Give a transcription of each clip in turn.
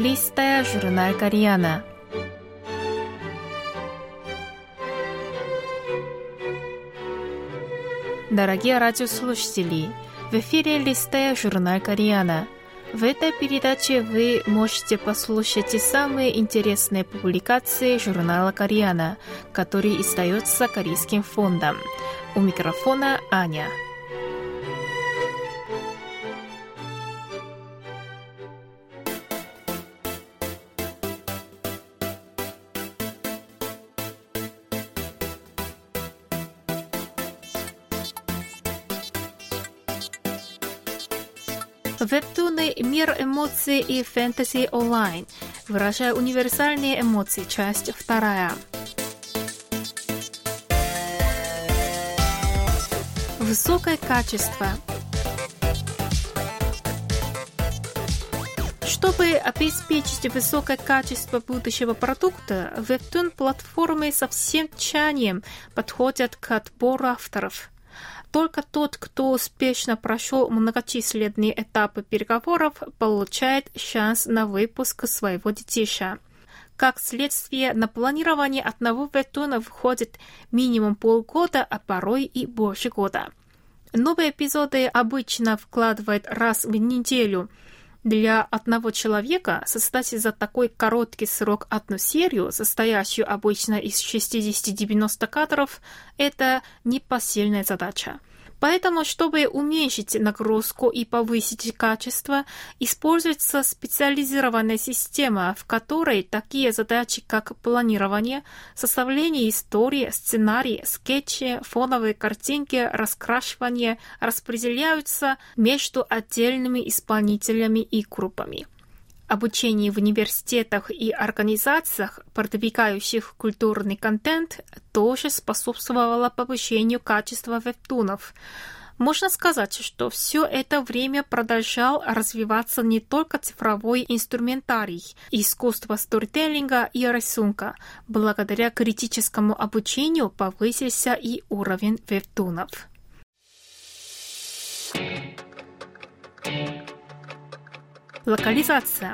Листая журнал Кореяна. Дорогие радиослушатели, в эфире «Листая журнал Кореяна». В этой передаче вы можете послушать самые интересные публикации журнала Кореяна, который издается Корейским фондом. У микрофона Аня. Вебтуны «Мир эмоций и фэнтези онлайн», выражая универсальные эмоции, часть 2. Высокое качество. Чтобы обеспечить высокое качество будущего продукта, вебтун-платформы со всем тщанием подходят к отбору авторов. Только тот, кто успешно прошел многочисленные этапы переговоров, получает шанс на выпуск своего детища. Как следствие, на планирование одного вебтуна входит минимум полгода, а порой и больше года. Новые эпизоды обычно вкладывают раз в неделю. Для одного человека создать за такой короткий срок одну серию, состоящую обычно из 60-90 кадров, это непосильная задача. Поэтому, чтобы уменьшить нагрузку и повысить качество, используется специализированная система, в которой такие задачи, как планирование, составление истории, сценарий, скетчи, фоновые картинки, раскрашивание распределяются между отдельными исполнителями и группами. Обучение в университетах и организациях, продвигающих культурный контент, тоже способствовало повышению качества вебтунов. Можно сказать, что все это время продолжал развиваться не только цифровой инструментарий, искусство сторителлинга и рисунка. Благодаря критическому обучению повысился и уровень вебтунов. Локализация.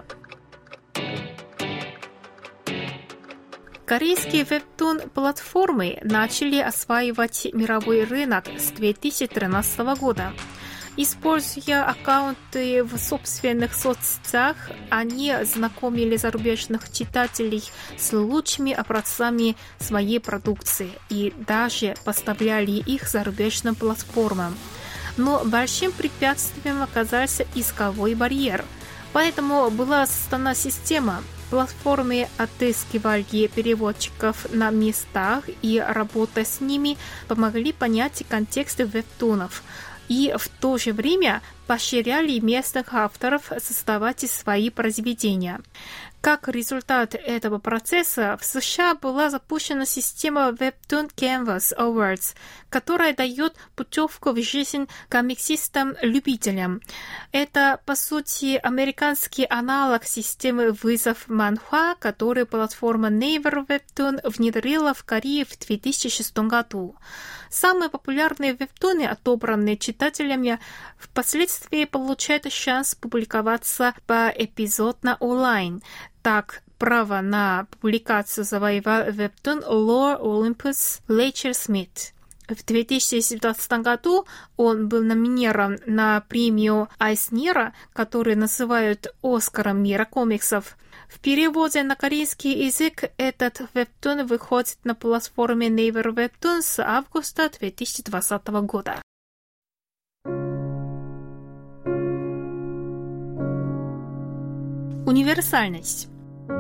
Корейские вебтун-платформы начали осваивать мировой рынок с 2013 года. Используя аккаунты в собственных соцсетях, они знакомили зарубежных читателей с лучшими образцами своей продукции и даже поставляли их зарубежным платформам. Но большим препятствием оказался исковой барьер. Поэтому была создана система. Платформы отыскивали переводчиков на местах и, работая с ними, помогли понять контекст вебтунов. И в то же время поощряли местных авторов создавать свои произведения. Как результат этого процесса в США была запущена система Webtoon Canvas Awards, которая дает путевку в жизнь комиксистам-любителям. Это, по сути, американский аналог системы вызов Манхва, которую платформа Naver Webtoon внедрила в Корее в 2006 году. Самые популярные вебтуны, отобранные читателями, впоследствии получают шанс публиковаться поэпизодно онлайн. Так, право на публикацию завоевал вебтун Lore Olympus Ledger Smith. В 2017 году он был номинирован на премию Айснера, которую называют «Оскаром мира комиксов». В переводе на корейский язык этот вебтун выходит на платформе Naver Webtoon с августа 2020 года. Универсальность.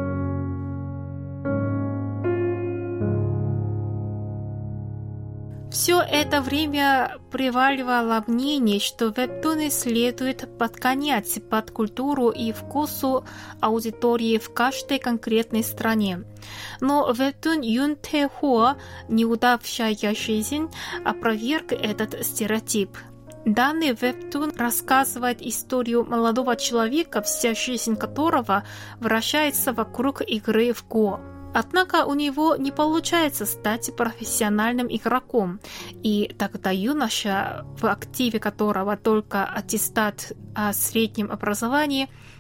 Все это время преваливало мнение, что вебтуны следует подгонять под культуру и вкусу аудитории в каждой конкретной стране. Но вебтун Юн Тэ-Хо «Неудавшая жизнь» опроверг этот стереотип. Данный вебтун рассказывает историю молодого человека, вся жизнь которого вращается вокруг игры в Го. Однако у него не получается стать профессиональным игроком, и тогда юноша, в активе которого только аттестат о среднем образовании,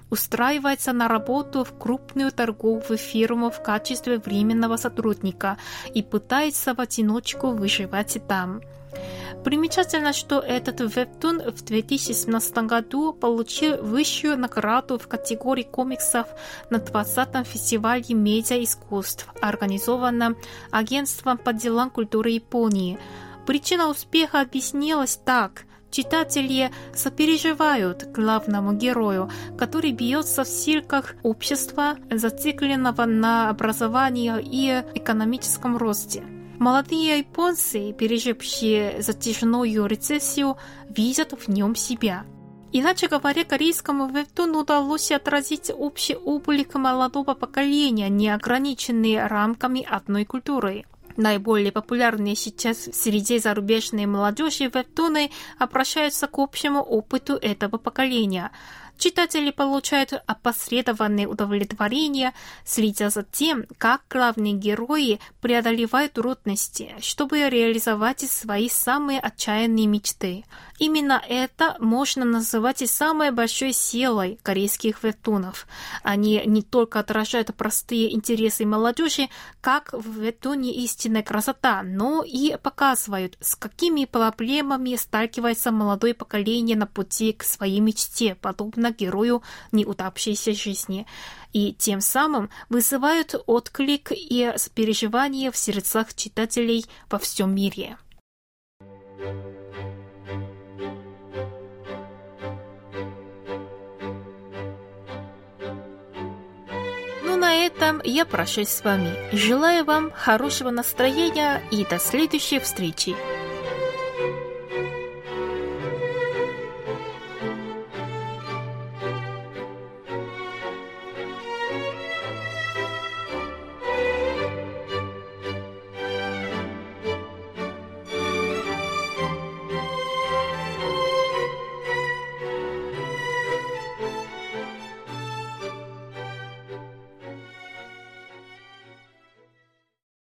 устраивается на работу в крупную торговую фирму в качестве временного сотрудника и пытается в одиночку выживать там. Примечательно, что этот вебтун в 2017 году получил высшую награду в категории комиксов на 20-м фестивале медиаискусств, организованном Агентством по делам культуры Японии. Причина успеха объяснилась так. Читатели сопереживают главному герою, который бьется в силках общества, зацикленного на образовании и экономическом росте. Молодые японцы, пережившие затяжную рецессию, видят в нем себя. Иначе говоря, корейскому вебтуну удалось отразить общий облик молодого поколения, не ограниченный рамками одной культуры. Наиболее популярные сейчас среди зарубежной молодежи вебтуны обращаются к общему опыту этого поколения. Читатели получают опосредованное удовлетворение, следя за тем, как главные герои преодолевают трудности, чтобы реализовать свои самые отчаянные мечты. Именно это можно называть и самой большой силой корейских вебтунов. Они не только отражают простые интересы молодежи, как в вебтуне «Истинная красота», но и показывают, с какими проблемами сталкивается молодое поколение на пути к своей мечте, подобно герою неудавшейся жизни, и тем самым вызывают отклик и сопереживание в сердцах читателей во всем мире. На этом я прощаюсь с вами. Желаю вам хорошего настроения и до следующей встречи.